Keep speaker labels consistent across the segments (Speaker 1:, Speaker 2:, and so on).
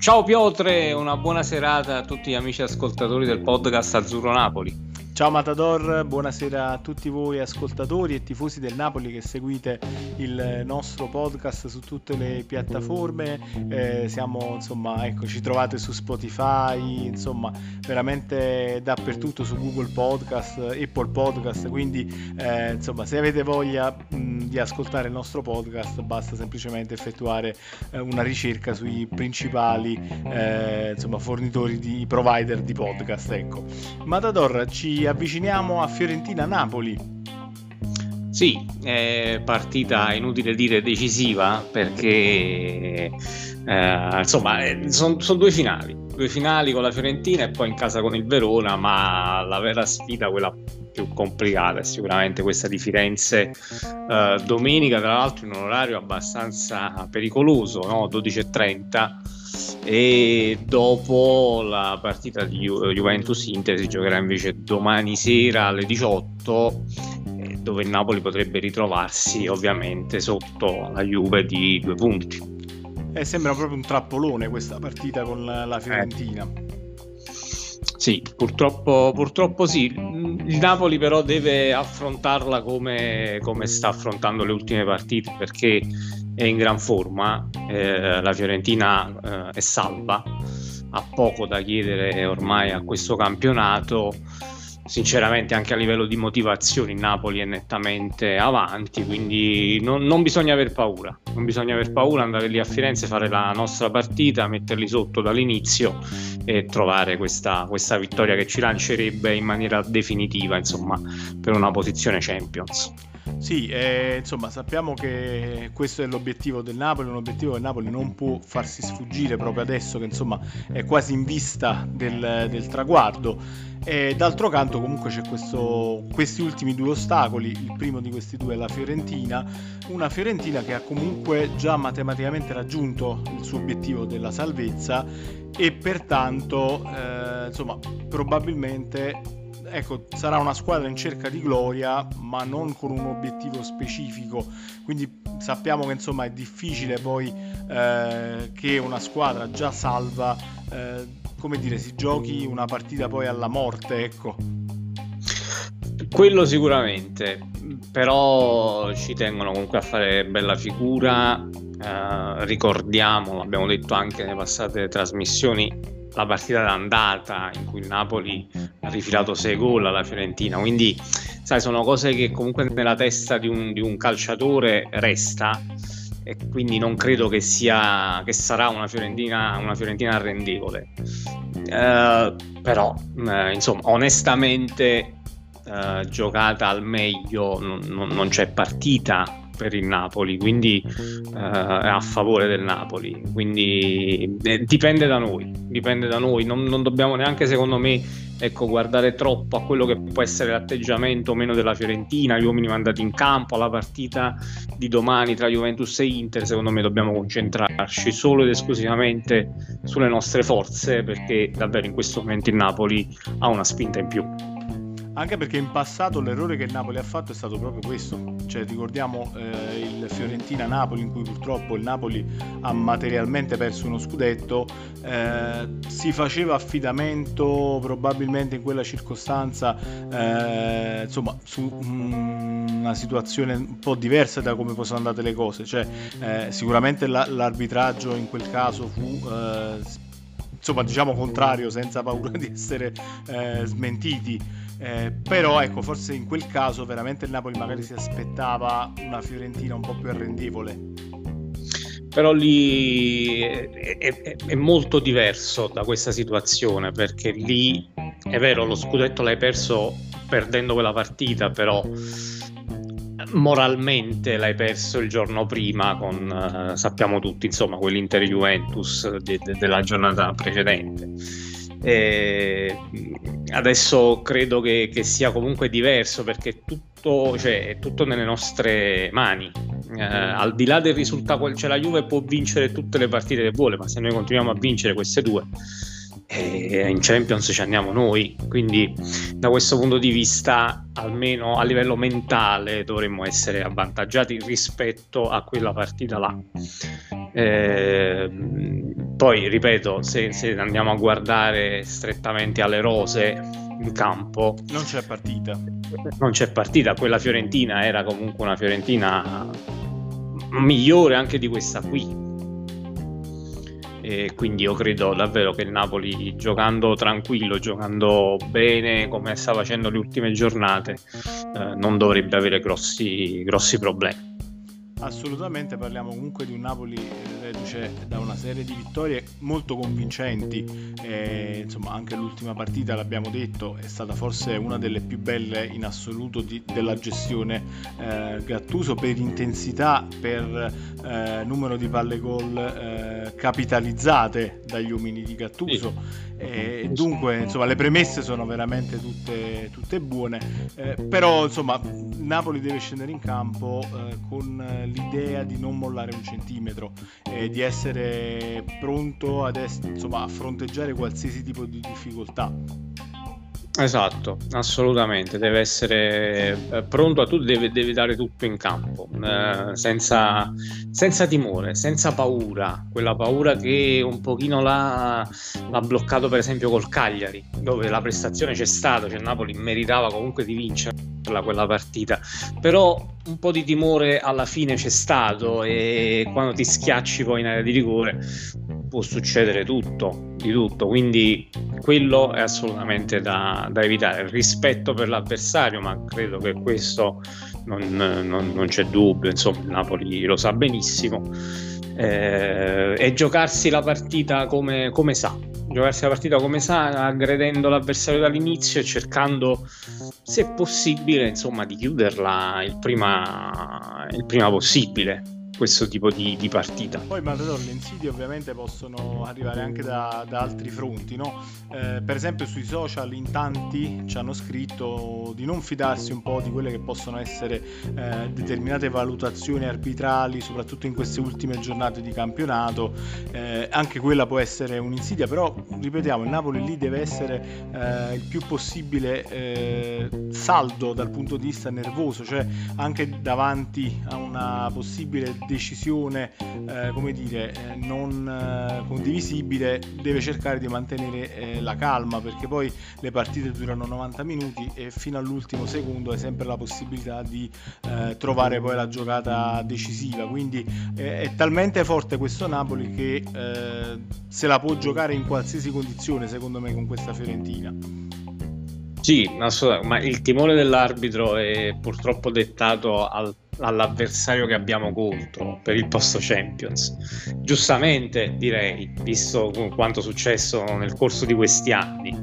Speaker 1: Ciao Piotre, una buona serata a tutti gli amici ascoltatori del podcast Azzurro Napoli.
Speaker 2: Ciao Matador, buonasera a tutti voi ascoltatori e tifosi del Napoli che seguite il nostro podcast su tutte le piattaforme. Ci trovate su Spotify, veramente dappertutto, su Google Podcast, Apple Podcast, quindi se avete voglia di ascoltare il nostro podcast basta semplicemente effettuare una ricerca sui principali fornitori di provider di podcast. Ecco. Matador, ci avviciniamo a Fiorentina-Napoli.
Speaker 1: Sì, è partita, inutile dire, decisiva perché sono due finali con la Fiorentina e poi in casa con il Verona, ma la vera sfida, quella più complicata, è sicuramente questa di Firenze domenica, tra l'altro in un orario abbastanza pericoloso, no? 12:30. E dopo la partita di Juventus-Inter si giocherà invece domani sera alle 18, dove il Napoli potrebbe ritrovarsi ovviamente sotto la Juve di 2 punti.
Speaker 2: Sembra proprio un trappolone questa partita con la Fiorentina.
Speaker 1: Sì, purtroppo sì. Il Napoli però deve affrontarla come sta affrontando le ultime partite, perché è in gran forma. La Fiorentina è salva, ha poco da chiedere ormai a questo campionato. Sinceramente anche a livello di motivazioni il Napoli è nettamente avanti, quindi non bisogna aver paura, andare lì a Firenze, fare la nostra partita, metterli sotto dall'inizio e trovare questa vittoria che ci lancerebbe in maniera definitiva, per una posizione Champions.
Speaker 2: Sì, sappiamo che questo è l'obiettivo del Napoli, un obiettivo che il Napoli non può farsi sfuggire proprio adesso che è quasi in vista del traguardo. E d'altro canto comunque c'è questi ultimi due ostacoli. Il primo di questi due è la Fiorentina, una Fiorentina che ha comunque già matematicamente raggiunto il suo obiettivo della salvezza e pertanto probabilmente sarà una squadra in cerca di gloria, ma non con un obiettivo specifico. Quindi sappiamo che è difficile poi che una squadra già salva si giochi una partita poi alla morte, ecco.
Speaker 1: Quello sicuramente, però ci tengono comunque a fare bella figura. Ricordiamo, l'abbiamo detto anche nelle passate trasmissioni, la partita d'andata in cui il Napoli ha rifilato 6 gol alla Fiorentina, quindi sono cose che comunque nella testa di un calciatore resta, e quindi non credo che sarà una Fiorentina arrendevole, però onestamente giocata al meglio non c'è partita per il Napoli, quindi è a favore del Napoli, quindi dipende da noi, non dobbiamo neanche, secondo me, guardare troppo a quello che può essere l'atteggiamento o meno della Fiorentina, gli uomini mandati in campo alla partita di domani tra Juventus e Inter. Secondo me dobbiamo concentrarci solo ed esclusivamente sulle nostre forze, perché davvero in questo momento il Napoli ha una spinta in più.
Speaker 2: Anche perché in passato l'errore che il Napoli ha fatto è stato proprio questo, ricordiamo il Fiorentina-Napoli, in cui purtroppo il Napoli ha materialmente perso uno scudetto. Si faceva affidamento probabilmente in quella circostanza su una situazione un po' diversa da come sono andate le cose, sicuramente l'arbitraggio in quel caso fu contrario, senza paura di essere smentiti. Però forse in quel caso veramente il Napoli magari si aspettava una Fiorentina un po' più arrendevole.
Speaker 1: Però lì è molto diverso da questa situazione, perché lì è vero, lo scudetto l'hai perso perdendo quella partita, però moralmente l'hai perso il giorno prima con sappiamo tutti quell'Inter Juventus della giornata precedente. Adesso credo che sia comunque diverso, perché è tutto nelle nostre mani, al di là del risultato. La Juve può vincere tutte le partite che vuole, ma se noi continuiamo a vincere queste due, in Champions ci andiamo noi, quindi da questo punto di vista almeno a livello mentale dovremmo essere avvantaggiati rispetto a quella partita là. Poi, ripeto, se andiamo a guardare strettamente alle rose in campo,
Speaker 2: non c'è partita.
Speaker 1: Quella Fiorentina era comunque una Fiorentina migliore anche di questa qui, e quindi io credo davvero che il Napoli, giocando tranquillo, giocando bene come sta facendo le ultime giornate, non dovrebbe avere grossi problemi.
Speaker 2: Assolutamente, parliamo comunque di un Napoli reduce da una serie di vittorie molto convincenti, insomma anche l'ultima partita, l'abbiamo detto, è stata forse una delle più belle in assoluto della gestione Gattuso, per intensità, per numero di palle gol capitalizzate dagli uomini di Gattuso. Dunque insomma le premesse sono veramente tutte buone, però insomma Napoli deve scendere in campo con l'idea di non mollare un centimetro, di essere pronto a fronteggiare qualsiasi tipo di difficoltà.
Speaker 1: Esatto, assolutamente, deve essere pronto a tutto, deve dare tutto in campo, senza timore, senza paura, quella paura che un pochino l'ha bloccato per esempio col Cagliari, dove la prestazione c'è stata, cioè il Napoli meritava comunque di vincerla quella partita, però un po' di timore alla fine c'è stato, e quando ti schiacci poi in area di rigore può succedere di tutto, quindi quello è assolutamente da evitare. Il rispetto per l'avversario, ma credo che questo non c'è dubbio, insomma il Napoli lo sa benissimo, e giocarsi la partita come sa, aggredendo l'avversario dall'inizio e cercando, se possibile, insomma, di chiuderla il prima possibile questo tipo di partita.
Speaker 2: Poi Matador, le insidie ovviamente possono arrivare anche da altri fronti, no? Per esempio sui social in tanti ci hanno scritto di non fidarsi un po' di quelle che possono essere determinate valutazioni arbitrali, soprattutto in queste ultime giornate di campionato. Anche quella può essere un'insidia, però ripetiamo, il Napoli lì deve essere il più possibile saldo dal punto di vista nervoso, cioè anche davanti a una possibile decisione non condivisibile deve cercare di mantenere la calma, perché poi le partite durano 90 minuti e fino all'ultimo secondo hai sempre la possibilità di trovare poi la giocata decisiva, quindi è talmente forte questo Napoli che se la può giocare in qualsiasi condizione, secondo me, con questa Fiorentina.
Speaker 1: Sì, ma il timore dell'arbitro è purtroppo dettato all'avversario che abbiamo contro per il posto Champions. Giustamente, direi, visto quanto è successo nel corso di questi anni.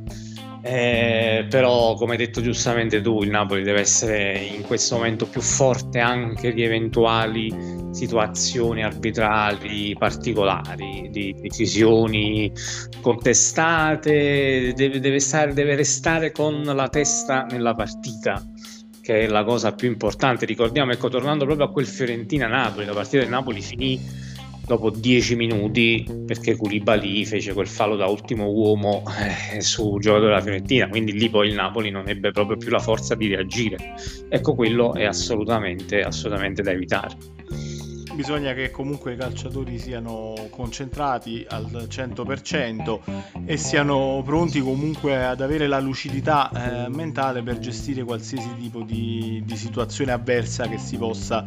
Speaker 1: Però, come hai detto giustamente tu, il Napoli deve essere in questo momento più forte anche di eventuali situazioni arbitrali particolari, di decisioni contestate. Deve restare con la testa nella partita, che è la cosa più importante. Ricordiamo, ecco, tornando proprio a quel Fiorentina-Napoli, la partita del Napoli finì dopo 10 minuti perché Koulibaly fece quel fallo da ultimo uomo su giocatore della Fiorentina, quindi lì poi il Napoli non ebbe proprio più la forza di reagire. Ecco, quello è assolutamente da evitare.
Speaker 2: Bisogna che comunque i calciatori siano concentrati al 100% e siano pronti comunque ad avere la lucidità mentale per gestire qualsiasi tipo di situazione avversa che si possa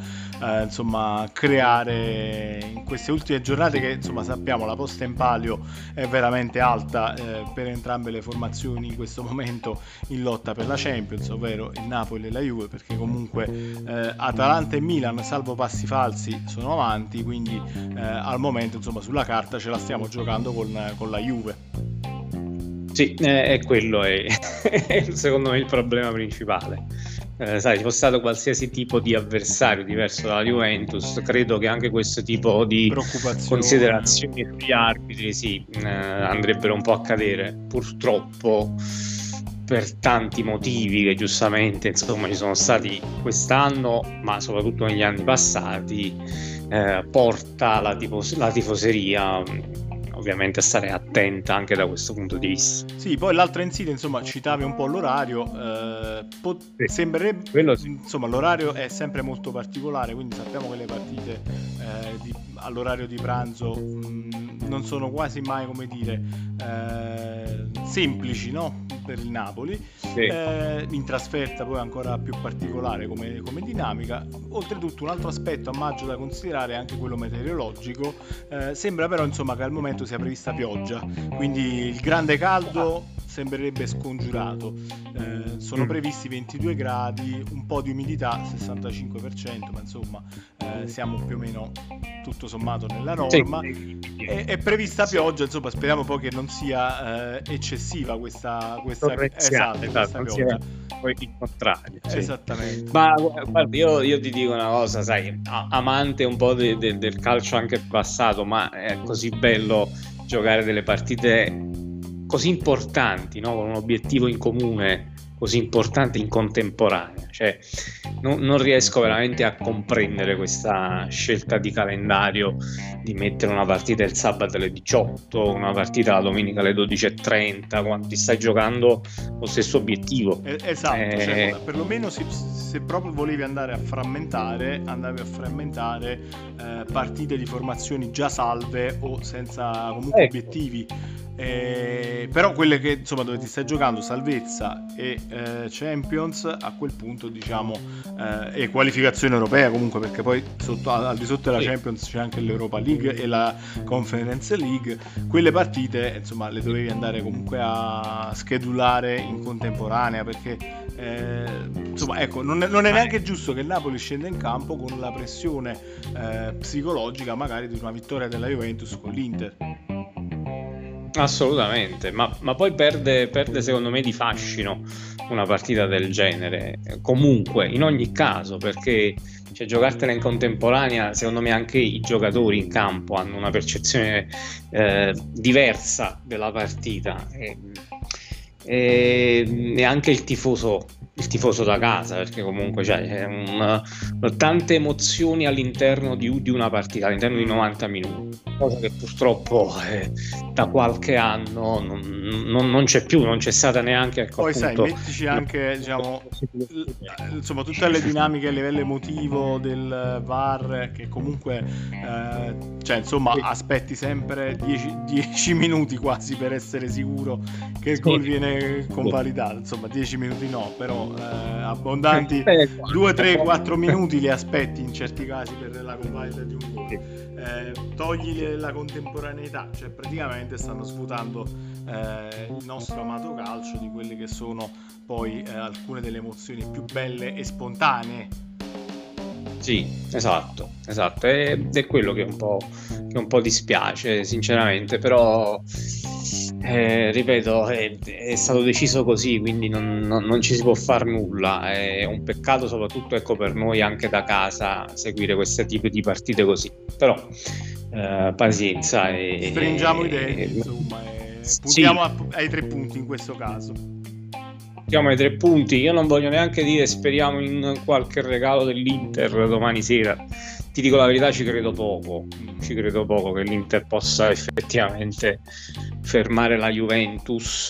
Speaker 2: creare in queste ultime giornate, che insomma sappiamo la posta in palio è veramente alta per entrambe le formazioni in questo momento in lotta per la Champions, ovvero il Napoli e la Juve, perché comunque Atalanta e Milan, salvo passi falsi, sono avanti, quindi al momento insomma sulla carta ce la stiamo giocando con la Juve.
Speaker 1: Sì, è quello è secondo me il problema principale. Sai, ci fosse stato qualsiasi tipo di avversario diverso dalla Juventus, credo che anche questo tipo di considerazioni sugli arbitri andrebbero un po' a cadere, purtroppo, per tanti motivi che giustamente insomma ci sono stati quest'anno, ma soprattutto negli anni passati. Porta la tifoseria ovviamente a stare attenta anche da questo punto di vista.
Speaker 2: Sì, poi l'altra insidia, insomma, citavi un po' l'orario, sembrerebbe, insomma, l'orario è sempre molto particolare, quindi sappiamo che le partite all'orario di pranzo non sono quasi mai, come dire, semplici, no? Per il Napoli.
Speaker 1: Sì.
Speaker 2: In trasferta poi ancora più particolare come dinamica. Oltretutto un altro aspetto a maggio da considerare è anche quello meteorologico. Sembra però insomma che al momento sia prevista pioggia, quindi il grande caldo sembrerebbe scongiurato. Sono previsti 22 gradi, un po' di umidità 65%, ma insomma siamo più o meno tutto sommato nella norma. È prevista pioggia, insomma speriamo poi che non sia eccessiva questa pioggia.
Speaker 1: Poi il contrario. Sì.
Speaker 2: Esattamente.
Speaker 1: Ma guarda, io ti dico una cosa, sai, amante un po' del calcio anche passato, ma è così bello giocare delle partite così importanti, no? Con un obiettivo in comune così importante in contemporanea. Cioè, non riesco veramente a comprendere questa scelta di calendario di mettere una partita il sabato alle 18, una partita la domenica alle 12:30, quando ti stai giocando lo stesso obiettivo.
Speaker 2: Esatto, cioè, perlomeno se proprio volevi andare a frammentare, andavi a frammentare partite di formazioni già salve o senza comunque obiettivi. Però quelle che insomma dove ti stai giocando salvezza e Champions, a quel punto diciamo e qualificazione europea comunque, perché poi al di sotto della Champions c'è anche l'Europa League e la Conference League, quelle partite insomma le dovevi andare comunque a schedulare in contemporanea, perché insomma ecco non è neanche giusto che il Napoli scenda in campo con la pressione psicologica magari di una vittoria della Juventus con l'Inter.
Speaker 1: Assolutamente, ma poi perde secondo me di fascino una partita del genere, comunque in ogni caso, perché cioè, giocartela in contemporanea, secondo me anche i giocatori in campo hanno una percezione diversa della partita e anche il tifoso da casa, perché comunque c'è tante emozioni all'interno di una partita, all'interno di 90 minuti, cosa che purtroppo da qualche anno non c'è più, non c'è stata neanche.
Speaker 2: Poi sai, mettici anche diciamo insomma tutte le dinamiche a livello emotivo del VAR, che comunque cioè insomma aspetti sempre 10 minuti quasi per essere sicuro che il gol viene convalidato, insomma 10 minuti no, però abbondanti 2, 3, 4 minuti li aspetti in certi casi per la convalida di un gol. Togli la contemporaneità, cioè praticamente stanno svuotando il nostro amato calcio di quelle che sono poi alcune delle emozioni più belle e spontanee.
Speaker 1: Sì, esatto, ed è quello che un po' dispiace sinceramente, però ripeto, è stato deciso così, quindi non ci si può far nulla. È un peccato soprattutto per noi anche da casa seguire questo tipo di partite così, però pazienza e
Speaker 2: stringiamo i denti, insomma, puntiamo ai 3 punti in questo caso.
Speaker 1: Puntiamo ai 3 punti. Io non voglio neanche dire speriamo in qualche regalo dell'Inter domani sera. Ti dico la verità, ci credo poco che l'Inter possa effettivamente fermare la Juventus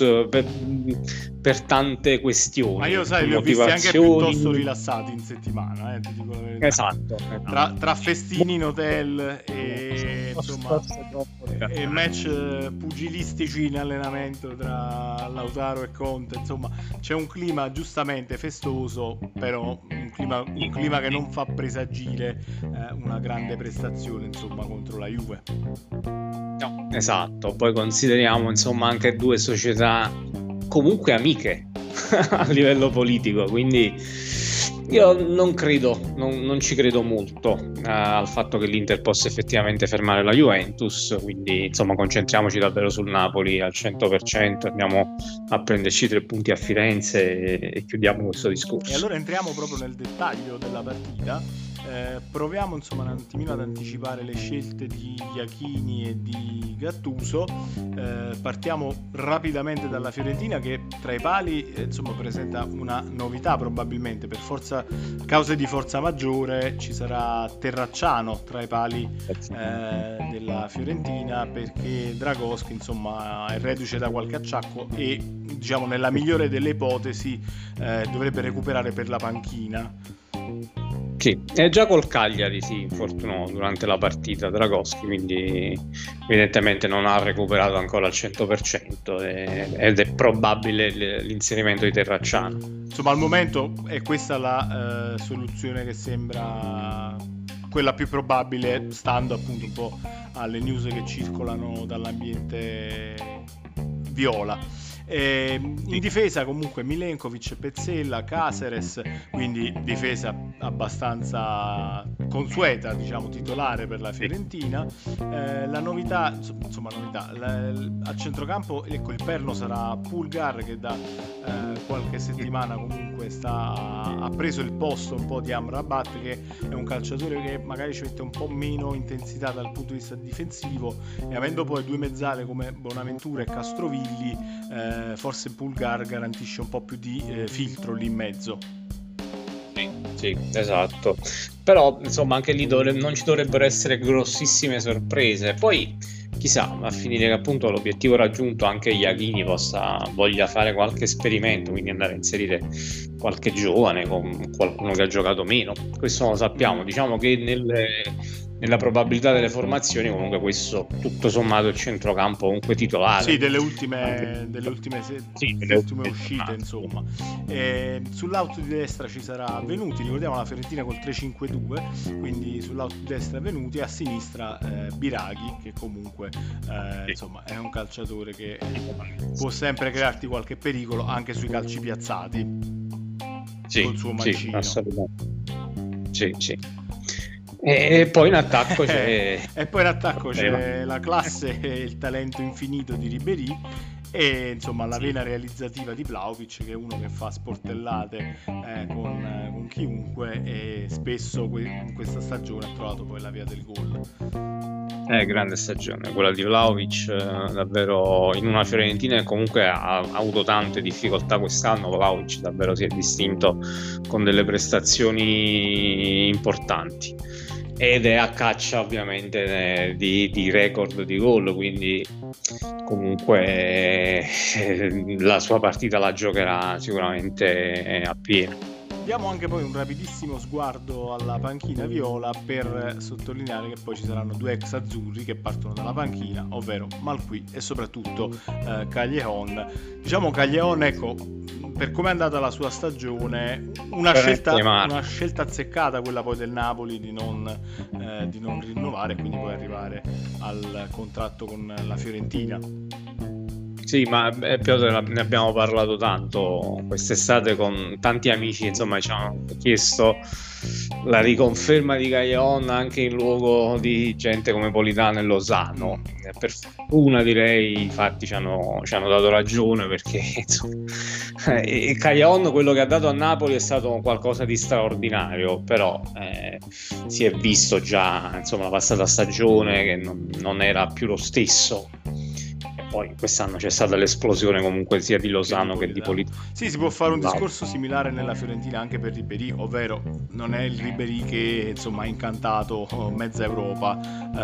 Speaker 1: per tante questioni.
Speaker 2: Ma io sai, li ho visti anche piuttosto rilassati in settimana, ti dico la verità.
Speaker 1: Esatto.
Speaker 2: Tra festini in hotel e insomma e match pugilistici in allenamento tra Lautaro e Conte, insomma c'è un clima giustamente festoso, però un clima che non fa presagire una grande prestazione insomma contro la Juve.
Speaker 1: No, esatto, poi consideriamo insomma anche due società comunque amiche a livello politico, quindi io non ci credo molto al fatto che l'Inter possa effettivamente fermare la Juventus, quindi insomma concentriamoci davvero sul Napoli al 100%, andiamo a prenderci 3 punti a Firenze e chiudiamo questo discorso.
Speaker 2: E allora entriamo proprio nel dettaglio della partita. Proviamo insomma un attimino ad anticipare le scelte di Iachini e di Gattuso. Partiamo rapidamente dalla Fiorentina, che tra i pali insomma presenta una novità, probabilmente per cause di forza maggiore ci sarà Terracciano tra i pali della Fiorentina, perché Dragoschi insomma è reduce da qualche acciacco e diciamo nella migliore delle ipotesi dovrebbe recuperare per la panchina.
Speaker 1: Sì, è già col Cagliari si infortunò durante la partita Dragoschi, quindi evidentemente non ha recuperato ancora al 100% ed è probabile l'inserimento di Terracciano.
Speaker 2: Insomma, al momento è questa la soluzione che sembra quella più probabile, stando appunto un po' alle news che circolano dall'ambiente viola. In difesa comunque Milenkovic, Pezzella, Caceres, quindi difesa abbastanza consueta, diciamo titolare per la Fiorentina. La novità, a centrocampo, ecco, il perno sarà Pulgar, che da qualche settimana comunque ha preso il posto un po' di Amrabat, che è un calciatore che magari ci mette un po' meno intensità dal punto di vista difensivo, e avendo poi due mezzale come Bonaventura e Castrovilli, forse Pulgar garantisce un po' più di filtro lì in mezzo.
Speaker 1: Sì, esatto. Però insomma anche lì non ci dovrebbero essere grossissime sorprese. Poi chissà, a finire che appunto l'obiettivo raggiunto anche Iachini voglia fare qualche esperimento, quindi andare a inserire qualche giovane con qualcuno che ha giocato meno. Questo non lo sappiamo. Diciamo che nella probabilità delle formazioni comunque questo tutto sommato il centrocampo comunque titolare.
Speaker 2: Sì, delle ultime uscite, insomma. Sull'auto di destra ci sarà Venuti, ricordiamo la Fiorentina col 3-5-2, quindi sull'auto di destra Venuti, a sinistra Biraghi, che comunque insomma è un calciatore che può sempre crearti qualche pericolo anche sui calci piazzati, col suo mancino.
Speaker 1: Sì, assolutamente. Sì. E poi in attacco c'è
Speaker 2: la classe e il talento infinito di Ribéry, e insomma la vena realizzativa di Vlahovic, che è uno che fa sportellate con chiunque, e spesso in questa stagione ha trovato poi la via del gol.
Speaker 1: Grande stagione quella di Vlahovic, davvero, in una Fiorentina che comunque ha avuto tante difficoltà quest'anno. Vlahovic davvero si è distinto con delle prestazioni importanti, ed è a caccia ovviamente di record di gol, quindi comunque la sua partita la giocherà sicuramente a pieno.
Speaker 2: Diamo anche poi un rapidissimo sguardo alla panchina viola per sottolineare che poi ci saranno due ex azzurri che partono dalla panchina, ovvero Malqui e soprattutto Callejon. Diciamo Callejon, ecco, per come è andata la sua stagione, una scelta azzeccata quella poi del Napoli di non rinnovare, e quindi poi arrivare al contratto con la Fiorentina.
Speaker 1: Sì, ma Piotr, ne abbiamo parlato tanto quest'estate con tanti amici, insomma ci hanno chiesto la riconferma di Callejon anche in luogo di gente come Politano e Lozano. Per fortuna, direi, infatti ci hanno dato ragione, perché insomma, Callejon, quello che ha dato a Napoli è stato qualcosa di straordinario, però si è visto già, insomma, la passata stagione che non era più lo stesso. Poi quest'anno c'è stata l'esplosione comunque sia di Lozano che di Politano.
Speaker 2: Sì, si può fare un discorso similare nella Fiorentina anche per Ribéry, ovvero non è il Ribéry che insomma ha incantato mezza Europa,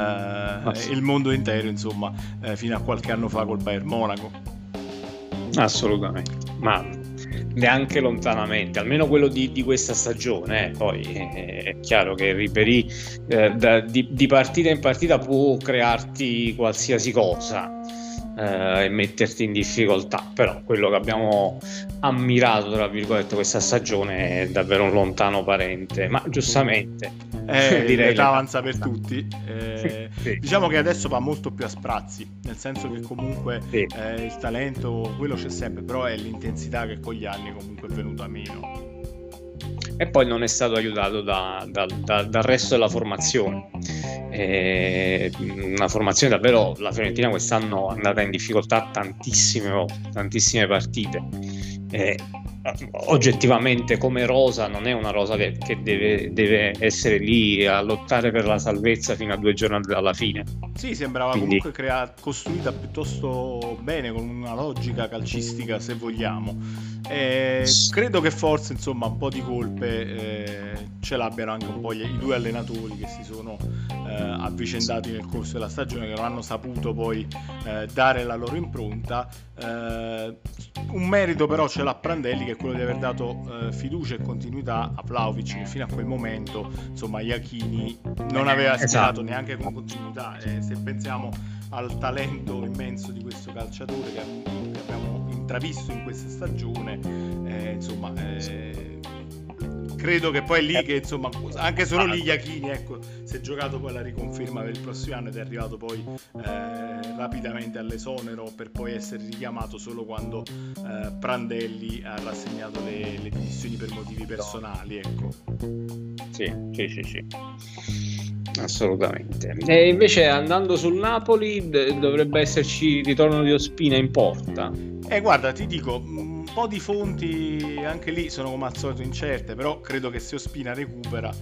Speaker 2: il mondo intero, insomma, fino a qualche anno fa col Bayern Monaco.
Speaker 1: Assolutamente, ma neanche lontanamente, almeno quello di questa stagione. Poi è chiaro che Ribéry di partita in partita può crearti qualsiasi cosa e metterti in difficoltà, però quello che abbiamo ammirato tra virgolette questa stagione è davvero un lontano parente, ma giustamente
Speaker 2: direi l'età avanza per tutti. Sì. Diciamo che adesso va molto più a sprazzi, nel senso che comunque il talento quello c'è sempre, però è l'intensità che con gli anni comunque è venuta meno.
Speaker 1: E poi non è stato aiutato dal resto della formazione, una formazione davvero, la Fiorentina quest'anno è andata in difficoltà tantissime volte, tantissime partite, oggettivamente come rosa non è una rosa che deve essere lì a lottare per la salvezza fino a 2 giornate dalla fine.
Speaker 2: Sì, sembrava comunque costruita piuttosto bene, con una logica calcistica, se vogliamo. Credo che forse insomma un po' di colpe ce l'abbiano anche un po' i due allenatori che si sono avvicendati nel corso della stagione, che non hanno saputo poi dare la loro impronta. Un merito però ce l'ha Prandelli, che è quello di aver dato fiducia e continuità a Vlahovic, che fino a quel momento insomma Iachini non aveva spiegato neanche con continuità. Se pensiamo al talento immenso di questo calciatore che abbiamo intravisto in questa stagione, insomma credo che poi è lì che insomma anche solo lì Iachini, ecco, si è giocato poi la riconferma per il prossimo anno ed è arrivato poi rapidamente all'esonero, per poi essere richiamato solo quando Prandelli ha rassegnato le dimissioni per motivi personali, ecco.
Speaker 1: Sì, assolutamente. E invece andando sul Napoli dovrebbe esserci il ritorno di Ospina in porta.
Speaker 2: Guarda, ti dico, un po' di fonti anche lì sono come al solito incerte, però credo che se Ospina recupera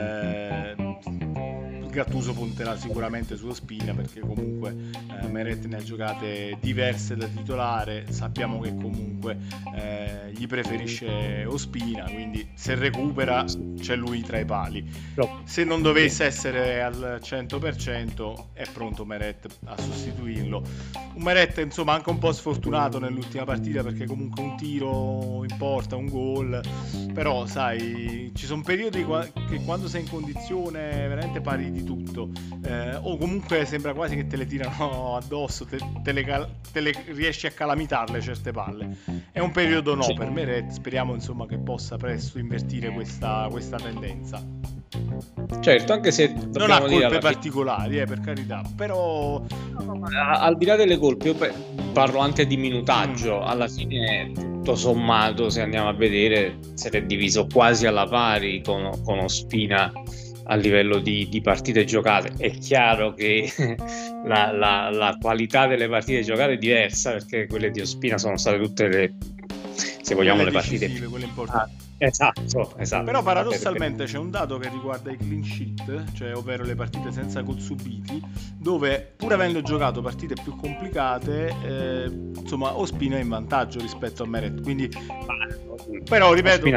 Speaker 2: Gattuso punterà sicuramente su Ospina, perché comunque Meret ne ha giocate diverse da titolare, sappiamo che comunque gli preferisce Ospina, quindi se recupera c'è lui tra i pali. Se non dovesse essere al 100% è pronto Meret a sostituirlo. Un Meret insomma anche un po' sfortunato nell'ultima partita, perché comunque un tiro in porta, un gol, però sai, ci sono periodi che quando sei in condizione veramente pari di tutto, o comunque sembra quasi che te le tirano addosso, te le riesci a calamitarle certe palle. È un periodo per Meret, speriamo insomma che possa presto invertire questa tendenza.
Speaker 1: Certo, anche se
Speaker 2: non ha colpe particolari, per carità, però
Speaker 1: al di là delle colpe io parlo anche di minutaggio. Alla fine tutto sommato, se andiamo a vedere, si è diviso quasi alla pari con Ospina a livello di partite giocate. È chiaro che la qualità delle partite giocate è diversa, perché quelle di Ospina sono state tutte se vogliamo, le partite
Speaker 2: quelle importanti.
Speaker 1: Esatto.
Speaker 2: Però paradossalmente c'è un dato che riguarda i clean sheet, cioè ovvero le partite senza gol subiti, dove pur avendo giocato partite più complicate, insomma Ospina è in vantaggio rispetto a Meret, quindi però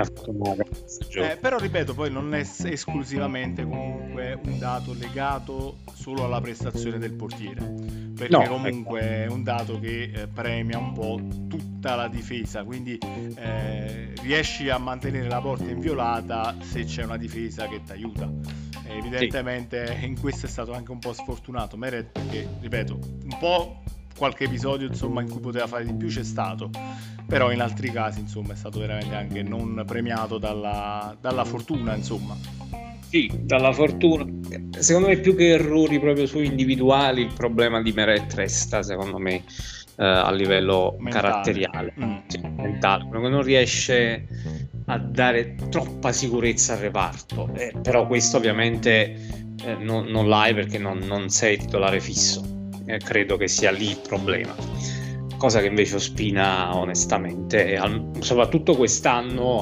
Speaker 2: ripeto poi non è esclusivamente comunque un dato legato solo alla prestazione del portiere, perché comunque è un dato che premia un po' tutta la difesa, quindi riesci a mantenere la porta inviolata se c'è una difesa che ti aiuta. Evidentemente in questo è stato anche un po' sfortunato Meret, perché ripeto, un po' qualche episodio insomma in cui poteva fare di più c'è stato, però in altri casi insomma è stato veramente anche non premiato dalla fortuna, insomma.
Speaker 1: Sì, dalla fortuna. Secondo me più che errori proprio su individuali, il problema di Meret resta secondo me a livello caratteriale, mentale, perché non riesce a dare troppa sicurezza al reparto, però questo ovviamente non l'hai perché non sei titolare fisso, credo che sia lì il problema, cosa che invece Ospina onestamente soprattutto quest'anno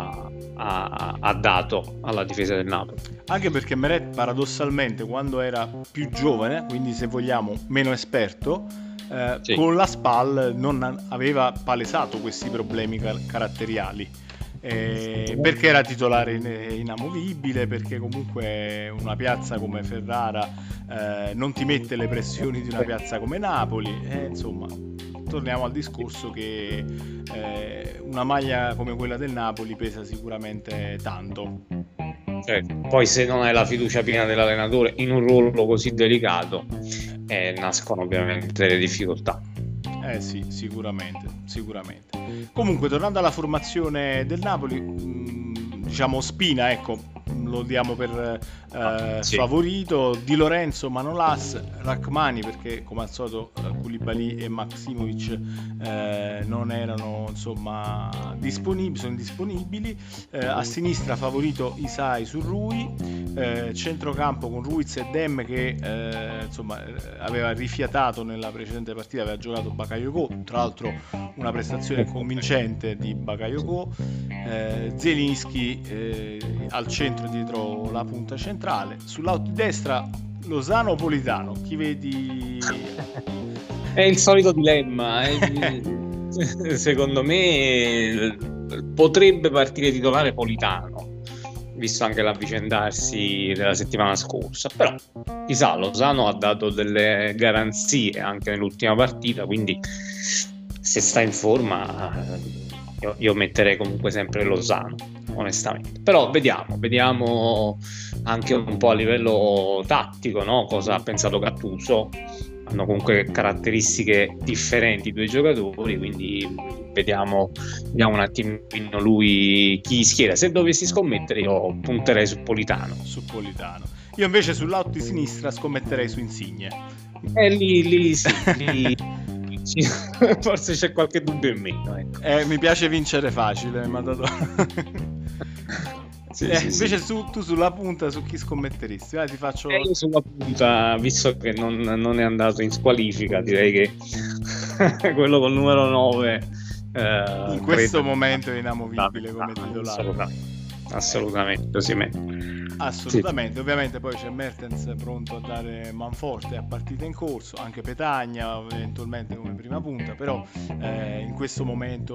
Speaker 1: ha dato alla difesa del Napoli,
Speaker 2: anche perché Meret paradossalmente quando era più giovane, quindi se vogliamo meno esperto, con la SPAL non aveva palesato questi problemi caratteriali, perché era titolare inamovibile, perché comunque una piazza come Ferrara non ti mette le pressioni di una piazza come Napoli, insomma torniamo al discorso che una maglia come quella del Napoli pesa sicuramente tanto.
Speaker 1: Poi se non hai la fiducia piena dell'allenatore in un ruolo così delicato, nascono ovviamente le difficoltà.
Speaker 2: Sì, sicuramente. Comunque, tornando alla formazione del Napoli, diciamo Ospina, ecco, lo diamo per favorito, Di Lorenzo, Manolas, Rachmani, perché come al solito Koulibaly e Maksimovic non erano insomma sono indisponibili, a sinistra favorito Isai su Rui, centrocampo con Ruiz e Dem che insomma aveva rifiatato nella precedente partita, aveva giocato Bakayoko, tra l'altro una prestazione convincente di Bakayoko, Zielinski al centro dietro la punta centrale, sull'out di destra Lozano o Politano, chi vedi?
Speaker 1: È il solito dilemma. Secondo me potrebbe partire titolare Politano, visto anche l'avvicendarsi della settimana scorsa. Però chissà, Lozano ha dato delle garanzie anche nell'ultima partita, quindi se sta in forma io metterei comunque sempre Lozano, onestamente. Però vediamo anche un po' a livello tattico, no? Cosa ha pensato Gattuso. Hanno comunque caratteristiche differenti i due giocatori, quindi vediamo un attimino lui chi schiera. Se dovessi scommettere io punterei su Politano.
Speaker 2: Io invece sul lato di sinistra scommetterei su Insigne.
Speaker 1: Lì sì, forse c'è qualche dubbio in meno, ecco.
Speaker 2: Mi piace vincere facile,
Speaker 1: Sì.
Speaker 2: Invece tu sulla punta su chi scommetteresti? Ti faccio...
Speaker 1: Io sulla punta, visto che non è andato in squalifica, direi che quello col numero 9
Speaker 2: in questo momento è inamovibile come titolare.
Speaker 1: Assolutamente,
Speaker 2: assolutamente. Sì. Ovviamente poi c'è Mertens pronto a dare manforte a partita in corso, anche Petagna eventualmente come prima punta, però in questo momento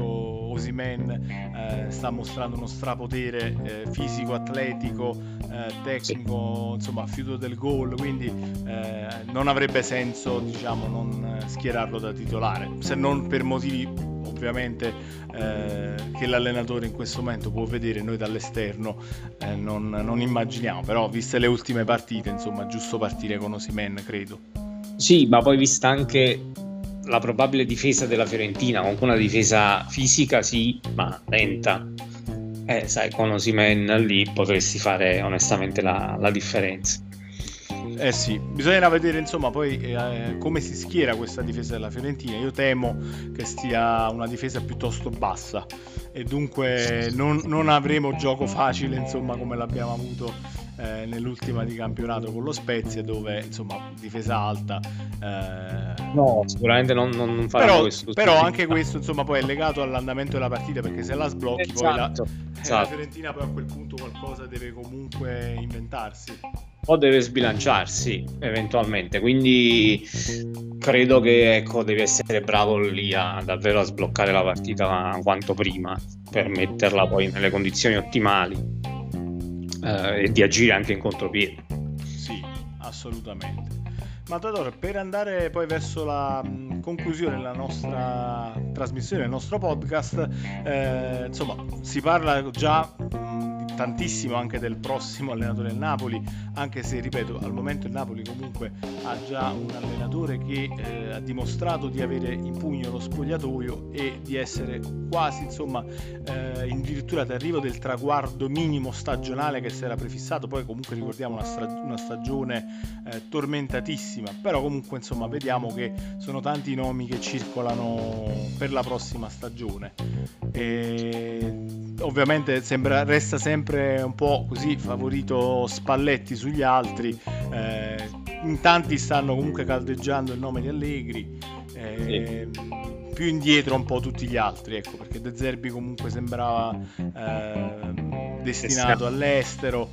Speaker 2: Osimhen sta mostrando uno strapotere fisico, atletico, tecnico, insomma fiuto del gol, quindi non avrebbe senso, diciamo, non schierarlo da titolare, se non per motivi ovviamente che l'allenatore in questo momento può vedere, noi dall'esterno non immaginiamo, però viste le ultime partite, insomma, giusto partire con Osimhen, credo.
Speaker 1: Sì, ma poi vista anche la probabile difesa della Fiorentina, comunque una difesa fisica sì, ma lenta, sai, con Osimhen lì potresti fare onestamente la differenza.
Speaker 2: Sì, bisognerà vedere insomma poi come si schiera questa difesa della Fiorentina. Io temo che stia una difesa piuttosto bassa e dunque non avremo gioco facile, insomma, come l'abbiamo avuto nell'ultima di campionato con lo Spezia, dove insomma difesa alta
Speaker 1: no, sicuramente non farà questo.
Speaker 2: Però anche questo insomma poi è legato all'andamento della partita, perché se la sblocchi poi la Fiorentina poi a quel punto qualcosa deve comunque inventarsi
Speaker 1: o deve sbilanciarsi eventualmente, quindi credo che devi essere bravo lì davvero a sbloccare la partita quanto prima per metterla poi nelle condizioni ottimali e di agire anche in contropiede.
Speaker 2: Sì, assolutamente. Matador, per andare poi verso la conclusione della nostra trasmissione, del nostro podcast, insomma si parla già tantissimo anche del prossimo allenatore del Napoli, anche se ripeto, al momento il Napoli comunque ha già un allenatore che ha dimostrato di avere in pugno lo spogliatoio e di essere quasi insomma addirittura d'arrivo del traguardo minimo stagionale che si era prefissato. Poi comunque ricordiamo una stagione tormentatissima, però comunque insomma vediamo che sono tanti i nomi che circolano per la prossima stagione e ovviamente resta sempre un po' così favorito Spalletti sugli altri, in tanti stanno comunque caldeggiando il nome di Allegri, più indietro un po' tutti gli altri, ecco, perché De Zerbi comunque sembrava destinato all'estero,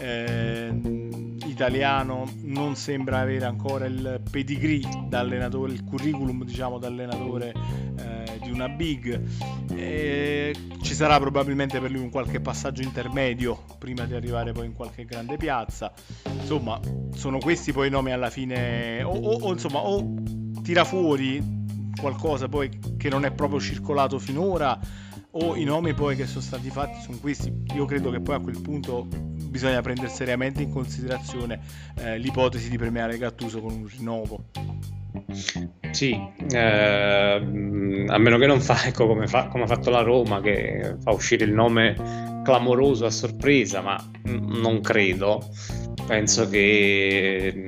Speaker 2: italiano, non sembra avere ancora il pedigree da allenatore, il curriculum diciamo da allenatore di una big, ci sarà probabilmente per lui un qualche passaggio intermedio prima di arrivare poi in qualche grande piazza. Insomma sono questi poi i nomi alla fine, o insomma o tira fuori qualcosa poi che non è proprio circolato finora, o i nomi poi che sono stati fatti sono questi. Io credo che poi a quel punto bisogna prendere seriamente in considerazione l'ipotesi di premiare Gattuso con un rinnovo.
Speaker 1: Sì, a meno che non fa, ecco, come ha fatto la Roma, che fa uscire il nome clamoroso a sorpresa, ma non credo. Penso che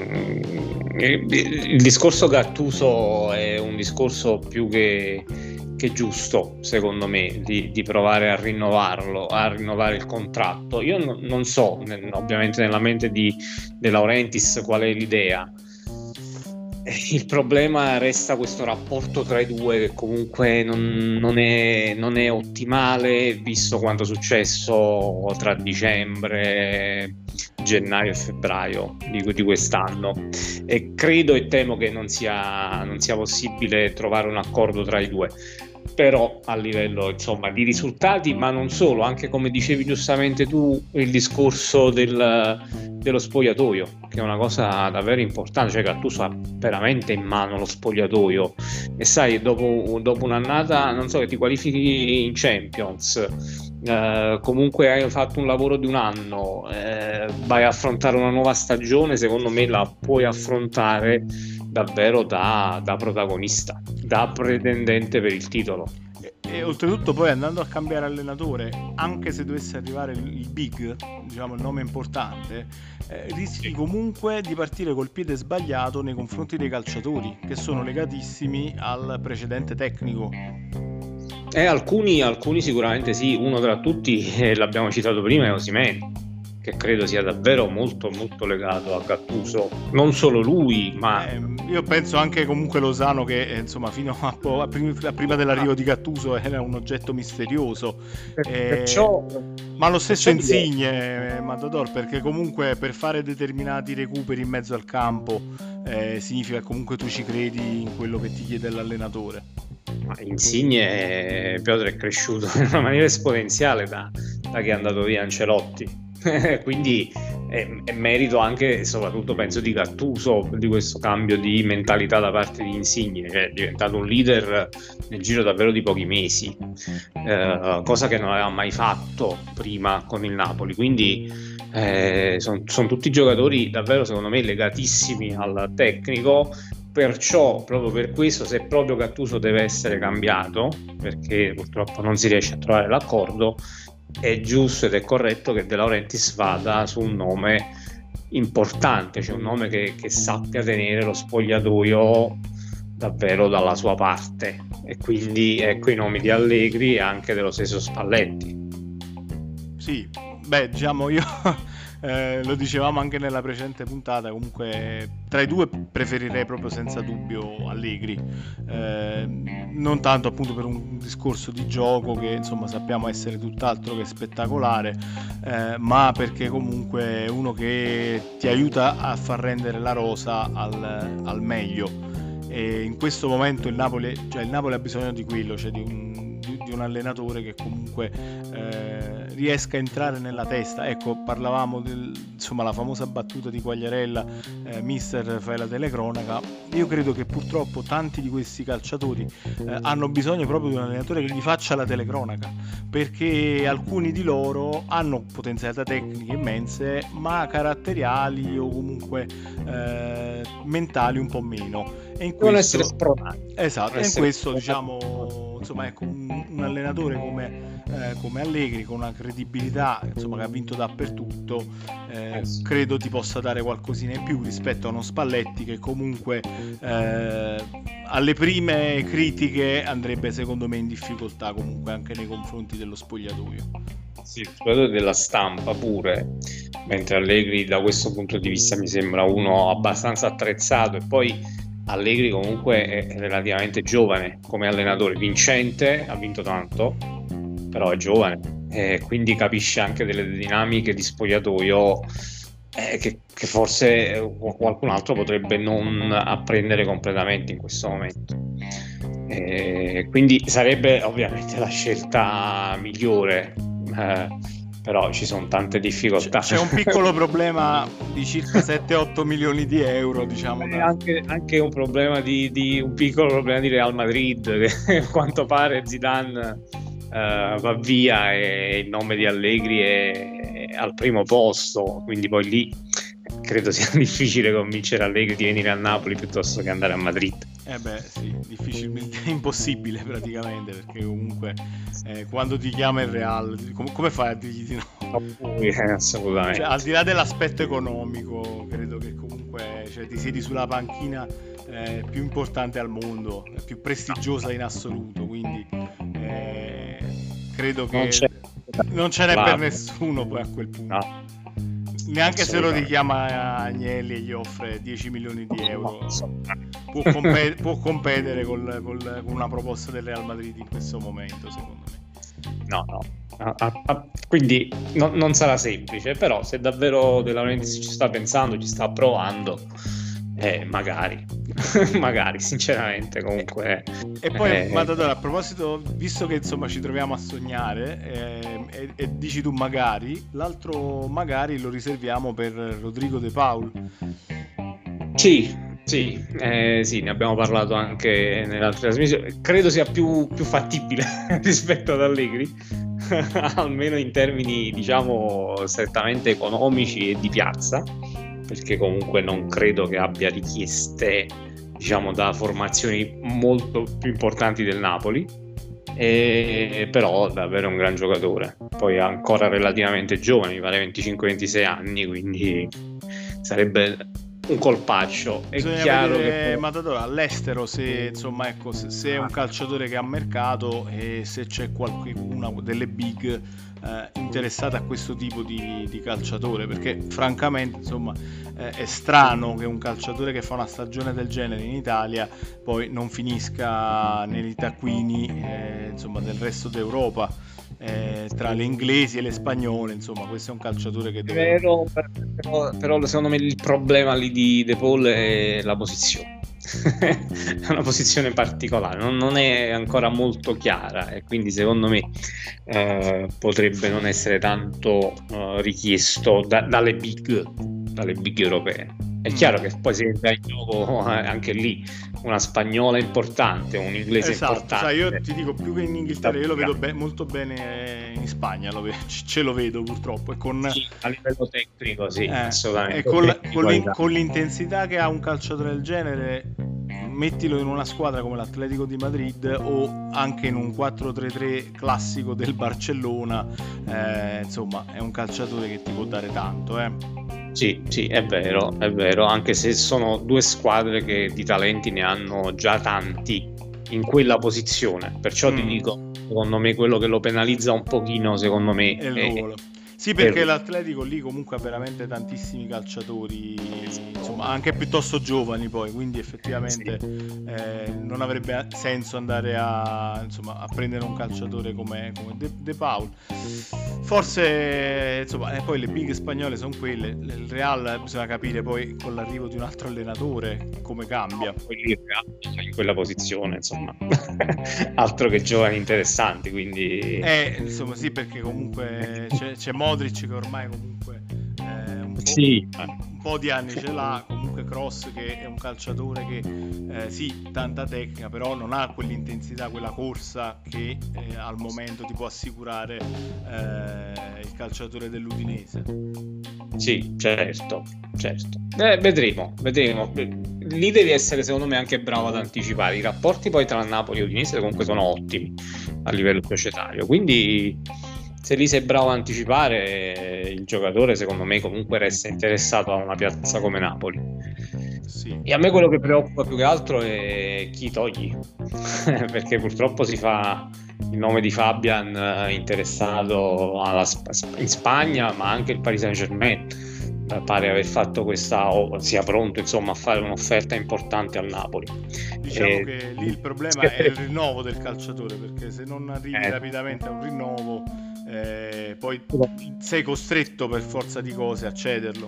Speaker 1: il discorso Gattuso è un discorso più che giusto, secondo me, di provare a rinnovare il contratto. Io non so, ovviamente nella mente di De Laurentiis qual è l'idea. Il problema resta questo rapporto tra i due che comunque non è ottimale, visto quanto è successo tra dicembre, gennaio e febbraio di quest'anno, e credo e temo che non sia possibile trovare un accordo tra i due. però a livello insomma di risultati, ma non solo, anche come dicevi giustamente tu, il discorso dello spogliatoio, che è una cosa davvero importante, cioè Gattuso ha veramente in mano lo spogliatoio, e sai, dopo un'annata, non so, che ti qualifichi in Champions, comunque hai fatto un lavoro di un anno, vai a affrontare una nuova stagione, secondo me la puoi affrontare davvero da protagonista, da pretendente per il titolo.
Speaker 2: E oltretutto poi andando a cambiare allenatore, anche se dovesse arrivare il big, diciamo il nome importante, rischi comunque di partire col piede sbagliato nei confronti dei calciatori, che sono legatissimi al precedente tecnico.
Speaker 1: Alcuni sicuramente sì, uno tra tutti, l'abbiamo citato prima, è Osimhen, che credo sia davvero molto molto legato a Gattuso, non solo lui, ma
Speaker 2: io penso anche comunque Lozano, che insomma fino a prima dell'arrivo di Gattuso era un oggetto misterioso, ma lo stesso Insigne, Matador, perché comunque per fare determinati recuperi in mezzo al campo significa che comunque tu ci credi in quello che ti chiede l'allenatore.
Speaker 1: Insigne, Piotr, è cresciuto in una maniera esponenziale da che è andato via Ancelotti. Quindi è merito anche e soprattutto penso di Gattuso, di questo cambio di mentalità da parte di Insigne, che è diventato un leader nel giro davvero di pochi mesi, cosa che non aveva mai fatto prima con il Napoli. Quindi sono tutti giocatori davvero, secondo me, legatissimi al tecnico. Perciò, proprio per questo, se proprio Gattuso deve essere cambiato, perché purtroppo non si riesce a trovare l'accordo, è giusto ed è corretto che De Laurentiis vada su un nome importante, cioè un nome che sappia tenere lo spogliatoio davvero dalla sua parte, e quindi ecco i nomi di Allegri e anche dello stesso Spalletti.
Speaker 2: Sì, beh, diciamo io lo dicevamo anche nella precedente puntata, comunque tra i due preferirei proprio senza dubbio Allegri, non tanto appunto per un discorso di gioco che insomma sappiamo essere tutt'altro che spettacolare, ma perché comunque è uno che ti aiuta a far rendere la rosa al meglio, e in questo momento il Napoli ha bisogno di quello, cioè di un allenatore che comunque riesca a entrare nella testa. Ecco, parlavamo insomma la famosa battuta di Quagliarella, mister fai la telecronaca. Io credo che purtroppo tanti di questi calciatori hanno bisogno proprio di un allenatore che gli faccia la telecronaca, perché alcuni di loro hanno potenzialità tecniche immense, ma caratteriali o comunque mentali un po' meno, e in
Speaker 1: Devono
Speaker 2: questo,
Speaker 1: essere spronati.
Speaker 2: esatto, e in questo diciamo insomma ecco un allenatore come Allegri, con una credibilità insomma che ha vinto dappertutto, credo ti possa dare qualcosina in più rispetto a uno Spalletti che comunque alle prime critiche andrebbe secondo me in difficoltà comunque anche nei confronti dello spogliatoio.
Speaker 1: Sì, soprattutto della stampa pure, mentre Allegri da questo punto di vista mi sembra uno abbastanza attrezzato, e poi Allegri comunque è relativamente giovane come allenatore, vincente, ha vinto tanto, però è giovane, quindi capisce anche delle dinamiche di spogliatoio che forse qualcun altro potrebbe non apprendere completamente in questo momento. Quindi sarebbe ovviamente la scelta migliore, però ci sono tante difficoltà.
Speaker 2: C'è un piccolo problema di circa 7-8 milioni di euro, diciamo.
Speaker 1: Anche un problema un piccolo problema di Real Madrid, che a quanto pare Zidane va via e il nome di Allegri è al primo posto, quindi poi lì credo sia difficile convincere Allegri di venire a Napoli piuttosto che andare a Madrid.
Speaker 2: Sì, difficilmente, impossibile praticamente, perché comunque quando ti chiama il Real come fai a dirgli di no?
Speaker 1: Assolutamente,
Speaker 2: cioè, al di là dell'aspetto economico, credo che comunque ti siedi sulla panchina più importante al mondo, più prestigiosa in assoluto, quindi credo che non ce n'è per nessuno poi a quel punto. Neanche se lo richiama Agnelli e gli offre 10 milioni di euro può competere con una proposta del Real Madrid in questo momento, secondo me.
Speaker 1: Quindi non sarà semplice, però se davvero De Laurentiis ci sta pensando, ci sta provando, Magari, magari, sinceramente, comunque.
Speaker 2: E poi, Matador, a proposito, visto che insomma ci troviamo a sognare, e dici tu magari, l'altro magari lo riserviamo per Rodrigo De Paul.
Speaker 1: Sì, sì, ne abbiamo parlato anche nell'altra trasmissione. Credo sia più fattibile rispetto ad Allegri, almeno in termini, diciamo, strettamente economici e di piazza, perché comunque non credo che abbia richieste, diciamo, da formazioni molto più importanti del Napoli. Però davvero un gran giocatore, poi ancora relativamente giovane, mi pare 25-26 anni, quindi sarebbe un colpaccio.
Speaker 2: Bisogna
Speaker 1: chiaro
Speaker 2: vedere,
Speaker 1: che
Speaker 2: Matador, all'estero se insomma ecco se è un calciatore che ha mercato e se c'è qualcuna delle big interessata a questo tipo di calciatore, perché francamente insomma è strano che un calciatore che fa una stagione del genere in Italia poi non finisca negli taccuini insomma del resto d'Europa, tra le inglesi e le spagnole, insomma questo è un calciatore che deve...
Speaker 1: però secondo me il problema lì di De Paul è la posizione. È una posizione particolare, non è ancora molto chiara, e quindi secondo me potrebbe non essere tanto richiesto dalle big europee. È chiaro che poi si entra in gioco anche lì una spagnola importante, un inglese importante.
Speaker 2: Sai, io ti dico, più che in Inghilterra, io lo vedo molto bene in Spagna, ce lo vedo purtroppo. E
Speaker 1: sì, a livello tecnico, sì, assolutamente.
Speaker 2: E con l'intensità che ha un calciatore del genere, mettilo in una squadra come l'Atletico di Madrid o anche in un 4-3-3 classico del Barcellona, insomma, è un calciatore che ti può dare tanto,
Speaker 1: Sì, è vero, anche se sono due squadre che di talenti ne hanno già tanti in quella posizione, perciò ti dico, secondo me quello che lo penalizza un pochino, secondo me,
Speaker 2: è il ruolo. Sì, perché l'Atletico lì comunque ha veramente tantissimi calciatori, insomma, anche piuttosto giovani poi, quindi effettivamente non avrebbe senso andare a prendere un calciatore come De Paul. Forse, insomma, poi le big spagnole sono quelle, il Real bisogna capire poi con l'arrivo di un altro allenatore come cambia.
Speaker 1: Poi lì il Real in quella posizione, insomma, altro che giovani interessanti, quindi...
Speaker 2: insomma sì, perché comunque c'è Modric che ormai comunque un po' di anni ce l'ha, comunque Kroos che è un calciatore che sì, tanta tecnica, però non ha quell'intensità, quella corsa che al momento ti può assicurare il calciatore dell'Udinese.
Speaker 1: Sì, certo. Vedremo. Lì devi essere, secondo me, anche bravo ad anticipare. I rapporti poi tra Napoli e Udinese comunque sono ottimi a livello societario, quindi se lì sei bravo ad anticipare, il giocatore secondo me comunque resta interessato a una piazza come Napoli. Sì. E a me quello che preoccupa più che altro è chi togli perché purtroppo si fa il nome di Fabian interessato in Spagna, ma anche il Paris Saint-Germain pare aver fatto sia pronto insomma a fare un'offerta importante al Napoli.
Speaker 2: Diciamo che lì il problema è il rinnovo del calciatore, perché se non arrivi rapidamente a un rinnovo poi sei costretto per forza di cose a cederlo.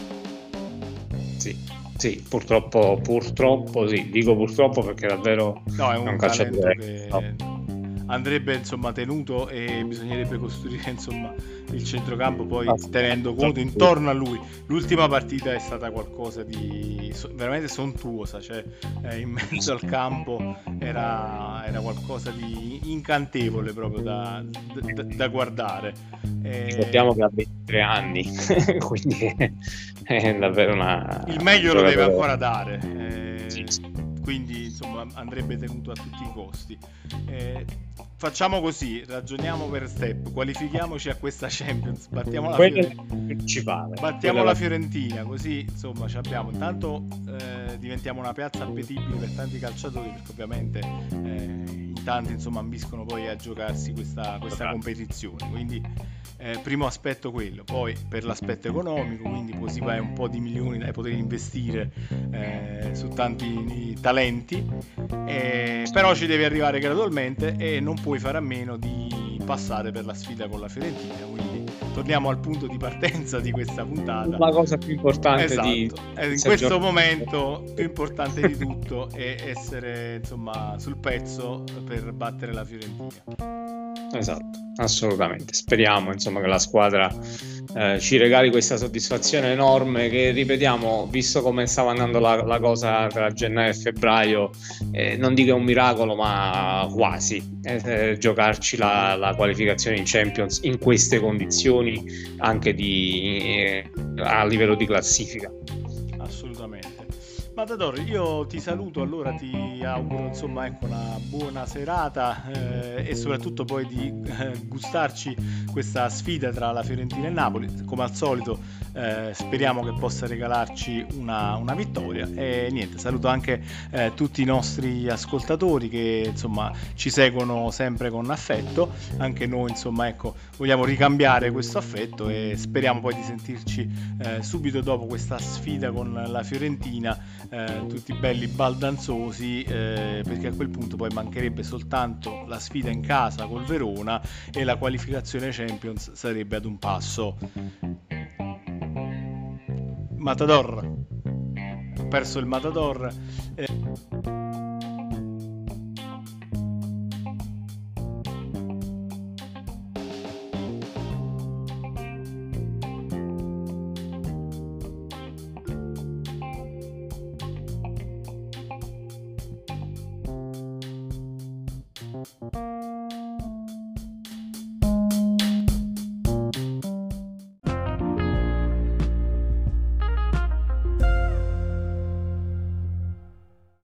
Speaker 1: Sì, purtroppo sì, dico purtroppo perché davvero
Speaker 2: è un calciatore che andrebbe insomma tenuto, e bisognerebbe costruire insomma il centrocampo poi tenendo conto intorno a lui. L'ultima partita è stata qualcosa di veramente sontuosa, cioè in mezzo al campo era qualcosa di incantevole proprio da guardare.
Speaker 1: Ricordiamo che ha 23 anni quindi è davvero
Speaker 2: il meglio lo deve ancora dare, quindi insomma andrebbe tenuto a tutti i costi. Facciamo così, ragioniamo per step, qualifichiamoci a questa Champions, battiamo la Fiorentina, così insomma ci abbiamo, intanto diventiamo una piazza appetibile per tanti calciatori, perché ovviamente in tanti insomma ambiscono poi a giocarsi questa competizione, quindi primo aspetto quello, poi per l'aspetto economico, quindi così vai un po' di milioni da poter investire su tanti talenti, però ci devi arrivare gradualmente e non puoi fare a meno di passare per la sfida con la Fiorentina, quindi torniamo al punto di partenza di questa puntata.
Speaker 1: La cosa più importante
Speaker 2: esatto.
Speaker 1: di
Speaker 2: in questo momento più importante di tutto è essere insomma sul pezzo per battere la Fiorentina.
Speaker 1: Esatto, assolutamente. Speriamo insomma che la squadra ci regali questa soddisfazione enorme che, ripetiamo, visto come stava andando la cosa tra gennaio e febbraio, non dico un miracolo, ma quasi giocarci la qualificazione in Champions in queste condizioni anche a livello di classifica.
Speaker 2: Assolutamente. Matador, io ti saluto, allora ti auguro insomma ecco una buona serata e soprattutto poi di gustarci questa sfida tra la Fiorentina e Napoli. Come al solito speriamo che possa regalarci una vittoria e niente, saluto anche tutti i nostri ascoltatori che insomma ci seguono sempre con affetto. Anche noi insomma ecco vogliamo ricambiare questo affetto e speriamo poi di sentirci subito dopo questa sfida con la Fiorentina, tutti belli baldanzosi, perché a quel punto poi mancherebbe soltanto la sfida in casa col Verona e la qualificazione Champions sarebbe ad un passo. Matador, ho perso il Matador.